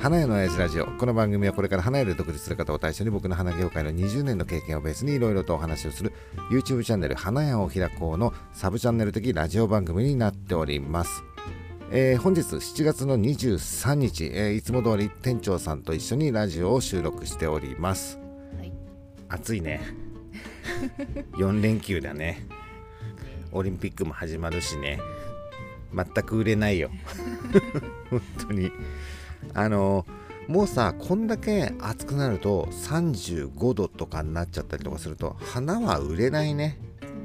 花屋の親父ラジオ。この番組はこれから花屋で独立する方を対象に僕の花業界の20年の経験をベースにいろいろとお話をする YouTube チャンネル花屋を開こうのサブチャンネル的ラジオ番組になっております。本日7月の23日、いつも通り店長さんと一緒にラジオを収録しております、はい、暑いね4連休だね。オリンピックも始まるしね、全く売れないよ本当にもうさ、こんだけ暑くなると35度とかになっちゃったりとかすると花は売れないね。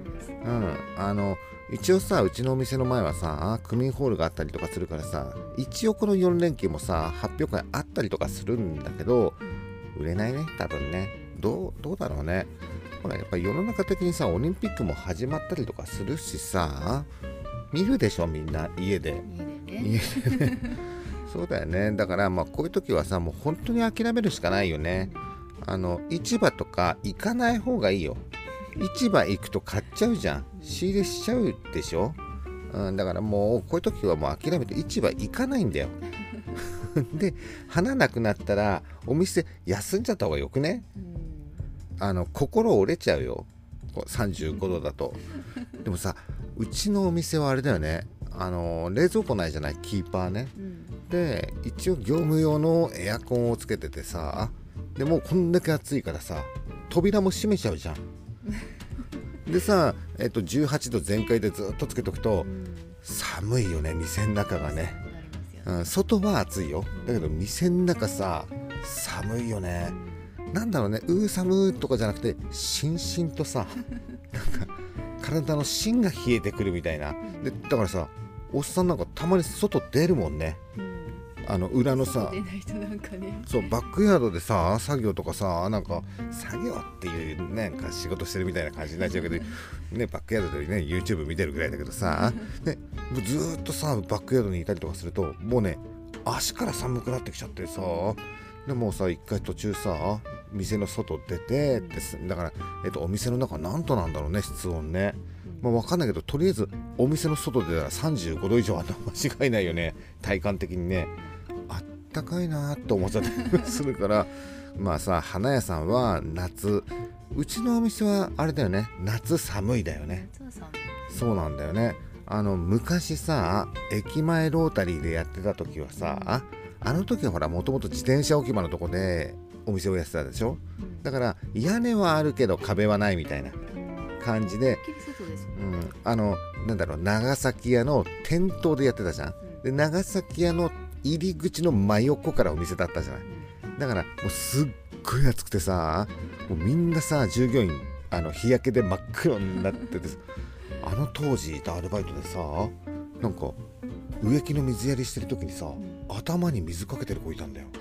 一応さ、うちのお店の前はさ区民ホールがあったりとかするからさ、一応この4連休もさ発表会あったりとかするんだけど売れないね、多分ね。どうだろうね。ほらやっぱり世の中的にさオリンピックも始まったりとかするしさ、見るでしょみんな家でねそうだよね。だからまあこういう時はさもう本当に諦めるしかないよね。市場とか行かない方がいいよ。市場行くと買っちゃうじゃん。仕入れしちゃうでしょ、だからもうこういう時はもう諦めて市場行かないんだよで花なくなったらお店休んじゃった方がよくね。心折れちゃうよ35度だとでもさ、うちのお店はあれだよね、冷蔵庫ないじゃない、キーパーね、で一応業務用のエアコンをつけててさ、でもうこんだけ暑いからさ扉も閉めちゃうじゃんでさ、18度全開でずっとつけとくと、寒いよね、店の中がね、外は暑いよ、だけど店の中さ寒いよね。なんだろうね、寒とかじゃなくてしんしんとさなんか体の芯が冷えてくるみたいな。でだからさ、おっさんなんかたまに外出るもんね、裏のさ、 出ないとなんかね、 そうバックヤードでさ作業とかさ、なんか作業っていうね、なんか仕事してるみたいな感じになっちゃうけどね、バックヤードでね YouTube 見てるぐらいだけどさでずーっとさバックヤードにいたりとかするともうね足から寒くなってきちゃってさ、でもうさ一回途中さ店の外出てってだから、お店の中なんとなんだろうね、室温ね、分かんないけどとりあえずお店の外出たら35度以上あったら間違いないよね、体感的にね。あったかいなと思っちゃったりするからまあさ、花屋さんは夏、うちのお店はあれだよね、夏寒いだよね。そうなんだよね。昔さ駅前ロータリーでやってた時はさ、あの時はほらもともと自転車置き場のとこでお店をやってたでしょ。だから屋根はあるけど壁はないみたいな感じで、なんだろう、長崎屋の店頭でやってたじゃん。で長崎屋の入り口の真横からお店だったじゃない。だからもうすっごい暑くてさ、もうみんなさ従業員日焼けで真っ黒になってて、当時いたアルバイトでさ、なんか植木の水やりしてる時にさ、頭に水かけてる子いたんだよ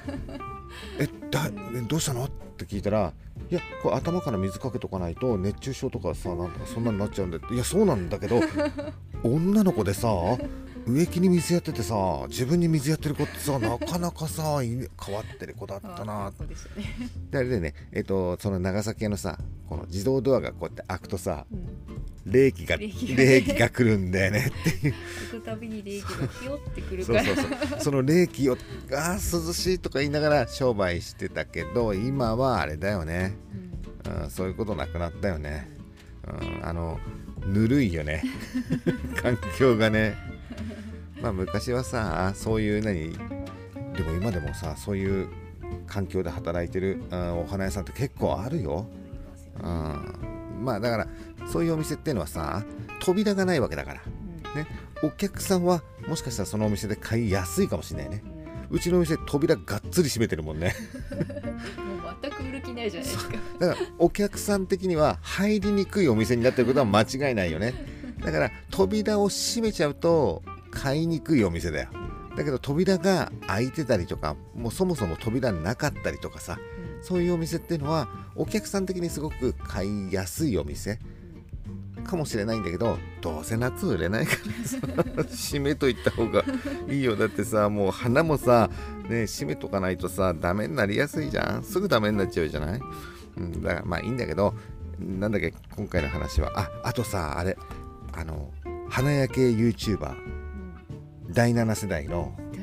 どうしたのって聞いたら、いやこれ頭から水かけとかないと熱中症とかさ、なんとかそんなになっちゃうんで。いやそうなんだけど女の子でさ植木に水やっててさ、自分に水やってる子ってさなかなかさ変わってる子だったな。であれでね、その長崎屋のさこの自動ドアがこうやって開くとさ、冷気が来るんだよねっていう。 行くたびに冷気がピヨってくるからその冷気を涼しいとか言いながら商売してたけど、今はあれだよね、そういうことなくなったよね。ぬるいよね環境がね。まあ昔はさそういうでも今でもさそういう環境で働いてる、お花屋さんって結構あるよ。まあだからそういうお店っていうのはさ扉がないわけだから、ね、お客さんはもしかしたらそのお店で買いやすいかもしれないね。うちのお店扉がっつり閉めてるもんねもう全く売る気ないじゃないですかだからお客さん的には入りにくいお店になってることは間違いないよね。だから扉を閉めちゃうと買いにくいお店だよ。だけど扉が開いてたりとか、もうそもそも扉なかったりとかさ、そういうお店っていうのはお客さん的にすごく買いやすいお店かもしれないんだけど、どうせ夏売れないからさ閉めといた方がいいよ。だってさもう花もさ、ね、閉めとかないとさダメになりやすいじゃん。すぐダメになっちゃうじゃない、だからまあいいんだけど、なんだっけ今回の話はあとさ、あれ花屋系 YouTuber、第7世代の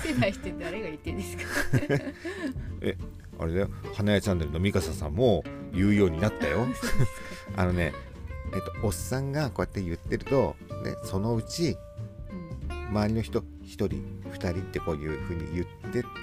世代って誰が言ってんですか？ あれだよ、花屋チャンネルのミカサさんも言うようになったよ。あのね、おっさんがこうやって言ってると、ね、そのうち周りの人1人2人ってこういう風に言ってって、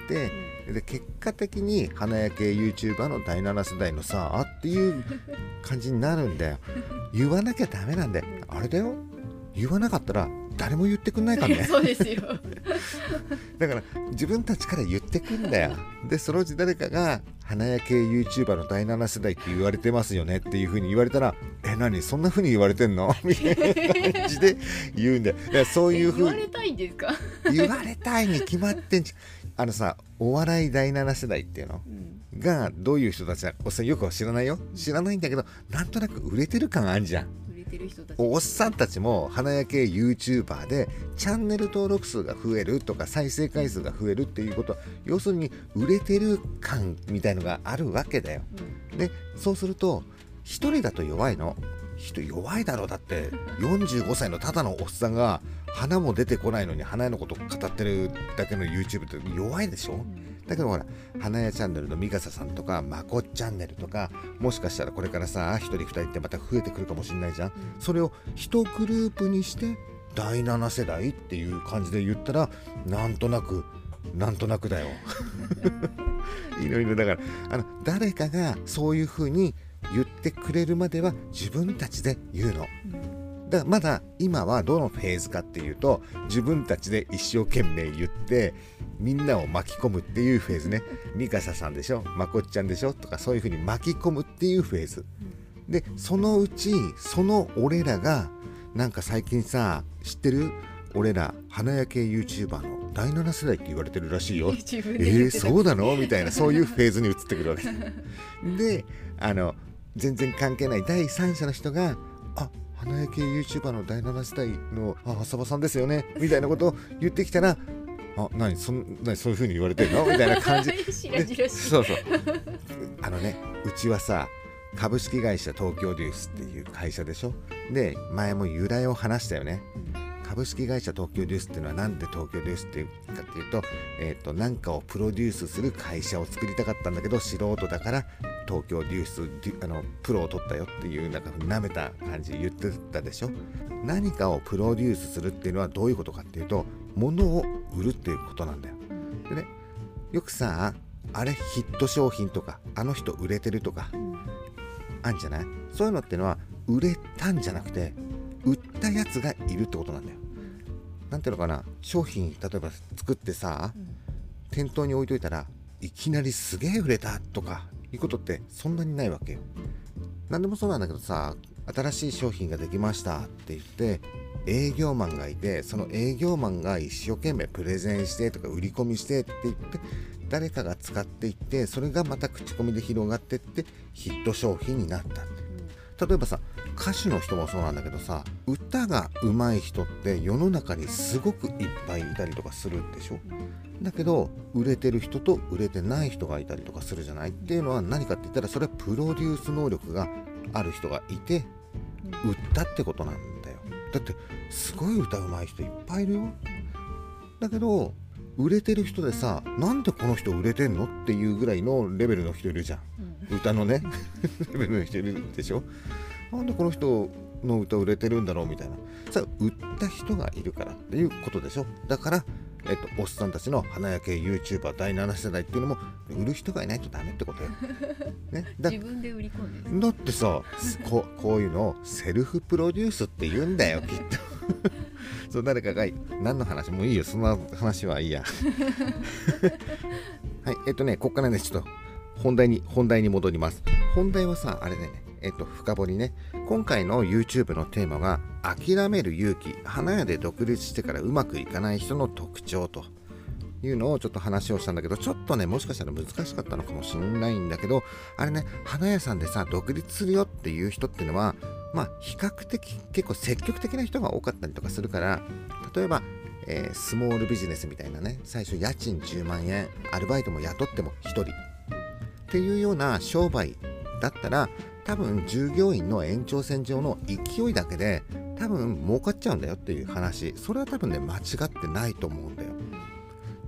で結果的に花屋系 YouTuber の第7世代のさあっていう感じになるんだよ。言わなきゃダメなんだよ。あれだよ、言わなかったら誰も言ってくんないからね。 そうですよ。 だから自分たちから言ってくんだよ。でそのうち誰かが花屋系 YouTuber の第7世代って言われてますよねっていう風に言われたら、何そんな風に言われてんのみたいな感じで言うんだよ。いや、そういう風に言われたいんですか？ 言われたいに決まってんじゃん。さ、お笑い第7世代っていうのがどういう人たちだかおっさんよくは知らないよ。知らないんだけど、なんとなく売れてる感あんじゃん。 売れてる人たち。 おっさんたちも花屋系 YouTuber でチャンネル登録数が増えるとか再生回数が増えるっていうことは、要するに売れてる感みたいのがあるわけだよ。でそうすると一人だと弱いの。人弱いだろう。だって45歳のただのおっさんが花も出てこないのに花屋のこと語ってるだけの YouTube って弱いでしょ。だけどほら、花屋チャンネルのミカサさんとかまこチャンネルとか、もしかしたらこれからさ1人2人ってまた増えてくるかもしれないじゃん。それを1グループにして第7世代っていう感じで言ったら、なんとなくだよ。いろいろだから誰かがそういう風に言ってくれるまでは自分たちで言うの。だからまだ今はどのフェーズかっていうと、自分たちで一生懸命言ってみんなを巻き込むっていうフェーズね。ミカサさんでしょ、まこっちゃんでしょとか、そういう風に巻き込むっていうフェーズで、そのうちその俺らがなんか最近さ、知ってる？俺ら花屋系 YouTuber の第7世代って言われてるらしいよ。そうなのみたいな、そういうフェーズに移ってくるわけで、全然関係ない第三者の人が、花屋系 YouTuber の第7世代の浅場さんですよねみたいなことを言ってきたら、何そういう風に言われてるのみたいな感じで、そううちはさ、株式会社東京デュースっていう会社でしょ。で前も由来を話したよね。株式会社東京デュースっていうのはなんで東京デュースっていうかっていうと、何かをプロデュースする会社を作りたかったんだけど、素人だから東京デュースプロを取ったよっていうなんか舐めた感じで言ってたでしょ。何かをプロデュースするっていうのはどういうことかっていうと、物を売るっていうことなんだよ。でね、よくさ、あれヒット商品とか、あの人売れてるとかあんじゃない？そういうのってのは売れたんじゃなくて売ったやつがいるってことなんだよ。なんていうのかな、商品例えば作ってさ、店頭に置いといたらいきなりすげえ売れたとかいうことってそんなにないわけよ。なんでもそうなんだけどさ、新しい商品ができましたって言って営業マンがいて、その営業マンが一生懸命プレゼンしてとか売り込みしてって言って誰かが使っていって、それがまた口コミで広がってってヒット商品になったって。例えばさ、歌手の人もそうなんだけどさ、歌が上手い人って世の中にすごくいっぱいいたりとかするでしょ。だけど売れてる人と売れてない人がいたりとかするじゃない。っていうのは何かって言ったら、それはプロデュース能力がある人がいて売ったってことなんだよ。だってすごい歌上手い人いっぱいいるよ。だけど売れてる人でさ、なんでこの人売れてんのっていうぐらいのレベルの人いるじゃん、歌のねレベルの人いるでしょ。なんでこの人の歌売れてるんだろうみたいなさ、売った人がいるからっていうことでしょ。だからおっさんたちの花焼け YouTuber 第7世代っていうのも売る人がいないとダメってことよ、ね、 自分で売り込んでる。 だってさこういうのをセルフプロデュースって言うんだよきっとそう、誰かが何の話もういいよ、そんな話はいいやはい、こっからねちょっと本題に戻ります。本題はさ、あれだよね、深掘りね。今回の YouTube のテーマが諦める勇気、花屋で独立してからうまくいかない人の特徴というのをちょっと話をしたんだけど、ちょっとねもしかしたら難しかったのかもしれないんだけど、あれね、花屋さんでさ独立するよっていう人っていうのはまあ比較的結構積極的な人が多かったりとかするから、例えばスモールビジネスみたいなね、最初家賃10万円、アルバイトも雇っても1人っていうような商売だったら、多分従業員の延長線上の勢いだけで多分儲かっちゃうんだよっていう話、それは多分ね間違ってないと思うんだよ。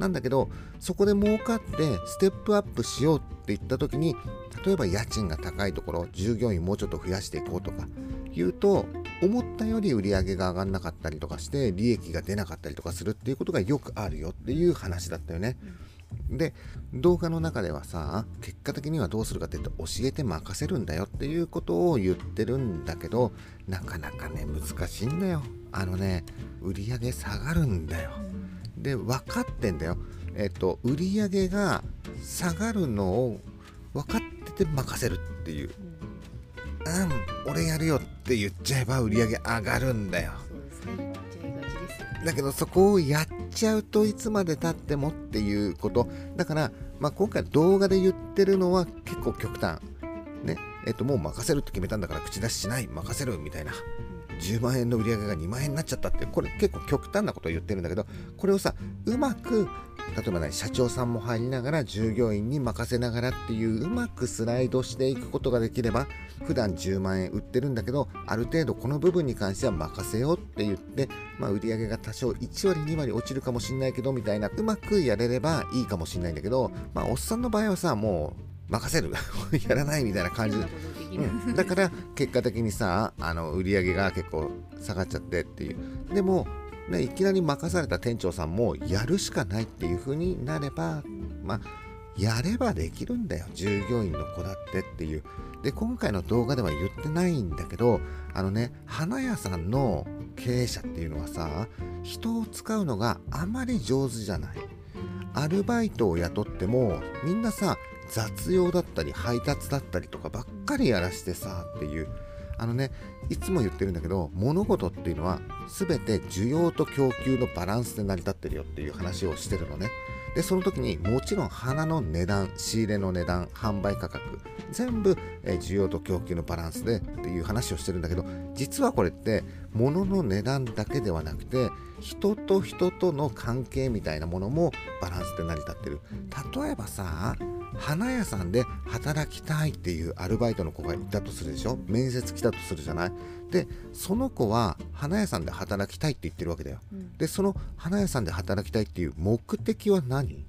なんだけど、そこで儲かってステップアップしようって言った時に、例えば家賃が高いところ、従業員もうちょっと増やしていこうとか言うと、思ったより売り上げが上がんなかったりとかして利益が出なかったりとかするっていうことがよくあるよっていう話だったよね。で、動画の中ではさ、結果的にはどうするかって言うと、教えて任せるんだよっていうことを言ってるんだけど、なかなかね難しいんだよ。売り上げ下がるんだよ。で、分かってんだよ。売り上げが下がるのを分かってて任せるっていう、俺やるよって言っちゃえば売り上げ上がるんだよ。 そうですね。やっちゃいがちですよ。 だけどそこをやっちゃうといつまで経ってもっていうことだから、今回動画で言ってるのは結構極端ね。もう任せるって決めたんだから口出ししない、任せるみたいな、10万円の売り上げが2万円になっちゃったって、これ結構極端なことを言ってるんだけど、これをさ、うまく例えばね、社長さんも入りながら従業員に任せながらっていう、うまくスライドしていくことができれば、普段10万円売ってるんだけど、ある程度この部分に関しては任せようって言って、売り上げが多少1割2割落ちるかもしんないけどみたいな、うまくやれればいいかもしんないんだけど、おっさんの場合はさ、もう任せるやらないみたいな感じで、だから結果的にさ、売り上げが結構下がっちゃってっていう。でもいきなり任された店長さんもやるしかないっていう風になれば、やればできるんだよ、従業員の子だってっていう。で、今回の動画では言ってないんだけど、花屋さんの経営者っていうのはさ、人を使うのがあまり上手じゃない。アルバイトを雇ってもみんなさ、雑用だったり配達だったりとかばっかりやらしてさっていう。いつも言ってるんだけど、物事っていうのは全て需要と供給のバランスで成り立ってるよっていう話をしてるのね。で、その時にもちろん花の値段、仕入れの値段、販売価格、全部需要と供給のバランスでっていう話をしてるんだけど、実はこれって物の値段だけではなくて、人と人との関係みたいなものもバランスで成り立ってる。例えばさ、花屋さんで働きたいっていうアルバイトの子がいたとするでしょ。面接来たとするじゃない。で、その子は花屋さんで働きたいって言ってるわけだよ。で、その花屋さんで働きたいっていう目的は何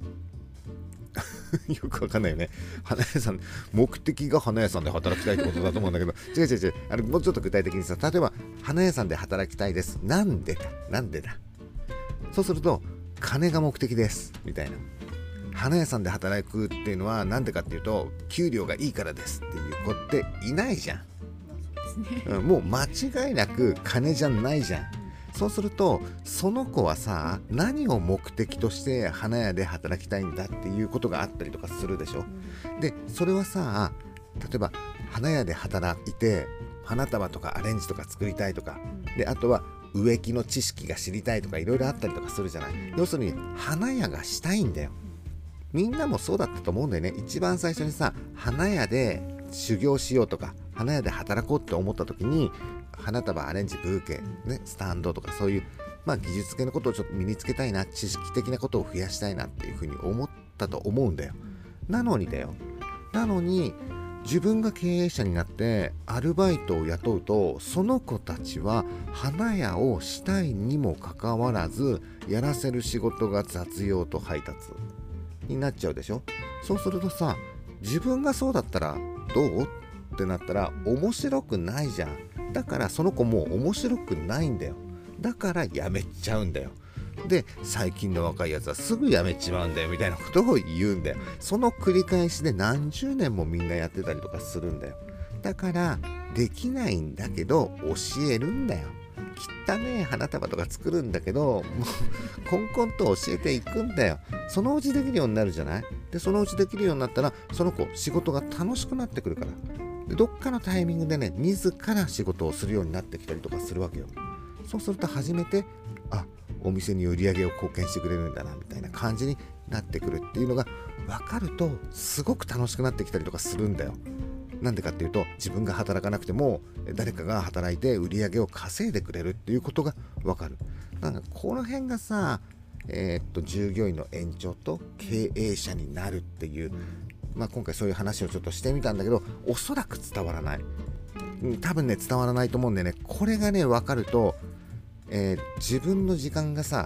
よくわかんないよね。花屋さん、目的が花屋さんで働きたいってことだと思うんだけど、違う、もうちょっと具体的にさ、例えば花屋さんで働きたいです。なんでだ。そうすると、金が目的ですみたいな。花屋さんで働くっていうのはなんでかっていうと、給料がいいからですっていう子っていないじゃん。もう間違いなく金じゃないじゃん。そうすると、その子はさ、何を目的として花屋で働きたいんだっていうことがあったりとかするでしょ。で、それはさ、例えば花屋で働いて花束とかアレンジとか作りたいとか、で、あとは植木の知識が知りたいとか、いろいろあったりとかするじゃない。要するに花屋がしたいんだよ。みんなもそうだったと思うんだよね。一番最初にさ、花屋で修行しようとか、花屋で働こうって思った時に、花束、アレンジ、ブーケ、スタンドとか、そういう技術系のことをちょっと身につけたいな、知識的なことを増やしたいなっていうふうに思ったと思うんだよ。なのに自分が経営者になってアルバイトを雇うと、その子たちは花屋をしたいにもかかわらず、やらせる仕事が雑用と配達になっちゃうでしょ。そうするとさ、自分がそうだったらどうってなったら面白くないじゃん。だからその子も面白くないんだよ。だからやめちゃうんだよ。で、最近の若いやつはすぐやめちまうんだよみたいなことを言うんだよ。その繰り返しで何十年もみんなやってたりとかするんだよ。だからできないんだけど教えるんだよ。汚ねえ花束とか作るんだけど、もうコンコンと教えていくんだよ。そのうちできるようになるじゃない。で、そのうちできるようになったら、その子仕事が楽しくなってくるから。で、どっかのタイミングでね、自ら仕事をするようになってきたりとかするわけよ。そうすると初めて、お店に売り上げを貢献してくれるんだなみたいな感じになってくるっていうのが分かると、すごく楽しくなってきたりとかするんだよ。なんでかっていうと、自分が働かなくても誰かが働いて売り上げを稼いでくれるっていうことが分かる。なんかこの辺がさ、従業員の延長と経営者になるっていう、今回そういう話をちょっとしてみたんだけど、おそらく伝わらない。多分ね、伝わらないと思うんでね、これがね分かると、自分の時間がさ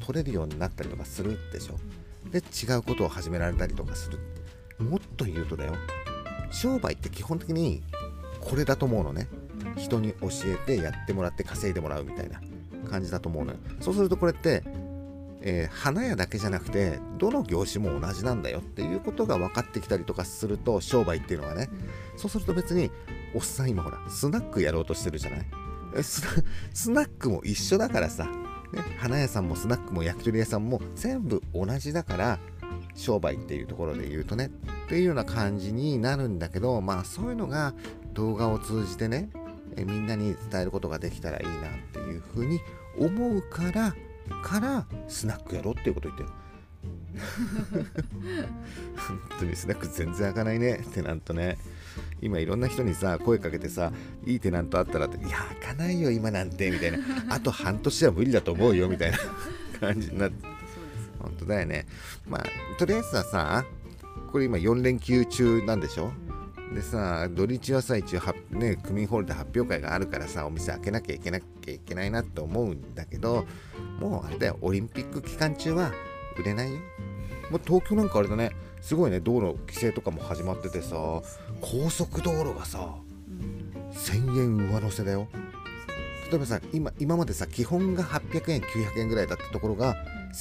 取れるようになったりとかするでしょ。で違うことを始められたりとかする。もっと言うとだよ、商売って基本的にこれだと思うのね。人に教えてやってもらって稼いでもらうみたいな感じだと思うのよ。そうするとこれって、花屋だけじゃなくてどの業種も同じなんだよっていうことが分かってきたりとかすると、商売っていうのはね、そうすると別におっさん今ほらスナックやろうとしてるじゃない。スナックも一緒だからさ、ね、花屋さんもスナックも焼き鳥屋さんも全部同じだから、商売っていうところで言うとねっていうような感じになるんだけど、まあそういうのが動画を通じてね、みんなに伝えることができたらいいなっていうふうに思うからスナックやろっていうことを言ってる。本当にスナック全然開かないね、テナントね。今いろんな人にさ声かけてさ、いいテナントあったらって、いや開かないよ今なんてみたいな、あと半年は無理だと思うよみたいな感じになって、本当だよね。まあとりあえずはさ、これ今4連休中なんでしょ。でさ、土日はさ一応ね、区民ホールで発表会があるからさ、お店開けなきゃいけないなって思うんだけど、もうあれだよ、オリンピック期間中は売れないよ。もう東京なんかあれだね、すごいね、道路規制とかも始まっててさ、高速道路がさ、1000円上乗せだよ。例えばさ、今までさ基本が800円900円ぐらいだったところが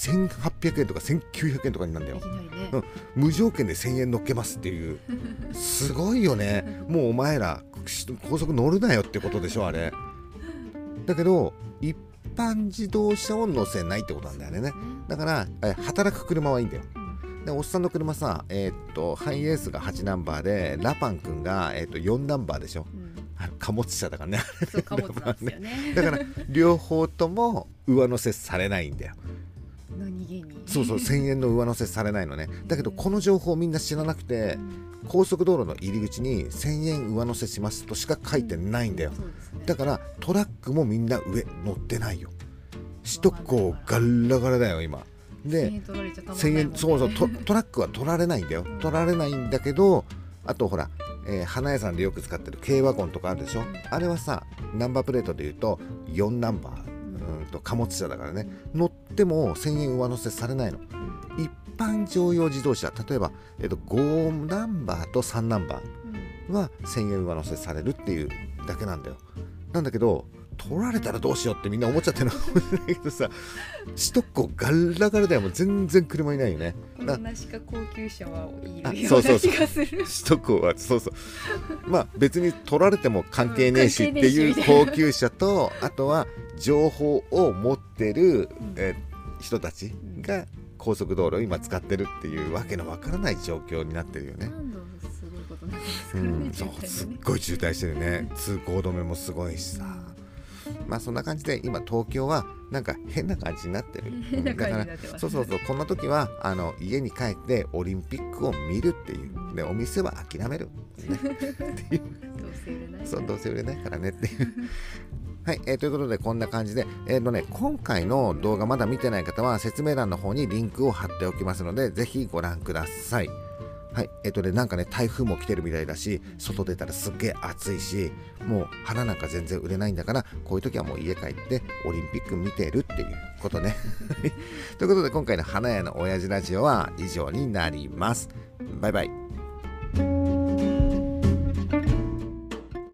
1800円とか1900円とかになるんだよ。無条件で1000円乗っけますっていう、すごいよね。もうお前ら高速乗るなよってことでしょあれ。だけど一般自動車を乗せないってことなんだよね。だから働く車はいいんだよ。でおっさんの車さ、ハイエースが8ナンバーでラパン君が、4ナンバーでしょ。貨物車だからね。 そう貨物なんですよね。 だから両方とも上乗せされないんだよ。 何気に。 そう1000円の上乗せされないのね。だけどこの情報みんな知らなくて、高速道路の入り口に1000円上乗せしますとしか書いてないんだよ。だからトラックもみんな上乗ってないよ。首都高ガラガラだよ今で。1000円、そうトラックは取られないんだよ。取られないんだけど、あとほら、花屋さんでよく使ってる軽ワゴンとかあるでしょ。あれはさナンバープレートでいうと4ナンバー、貨物車だからね、乗っても1000円上乗せされないの。一般乗用自動車、例えば、5ナンバーと3ナンバーは1000円上乗せされるっていうだけなんだよ。なんだけど取られたらどうしようってみんな思っちゃってるのかもしれないけどさ、首都高ガラガラだよ。もう全然車いないよね。 こんなしか高級車はいるような気がする。 首都高はまあ別に取られても関係ねえしっていう高級車と、あとは情報を持ってる、人たちが高速道路を今使ってるっていうわけのわからない状況になってるよね。 すごいことなんですからね。 そうすっごい渋滞してるね。通行止めもすごいしさ。まあそんな感じで今東京はなんか変な感じになってる。だからそうこんな時は家に帰ってオリンピックを見るっていう。でお店は諦める、ね、っていう。どうせ売れないからねっていう。はい、ということでこんな感じで、今回の動画まだ見てない方は説明欄の方にリンクを貼っておきますので、ぜひご覧ください。はい、なんかね、台風も来てるみたいだし、外出たらすっげえ暑いし、もう花なんか全然売れないんだから、こういう時はもう家帰ってオリンピック見てるっていうことね。ということで今回の花屋の親父ラジオは以上になります。バイバイ。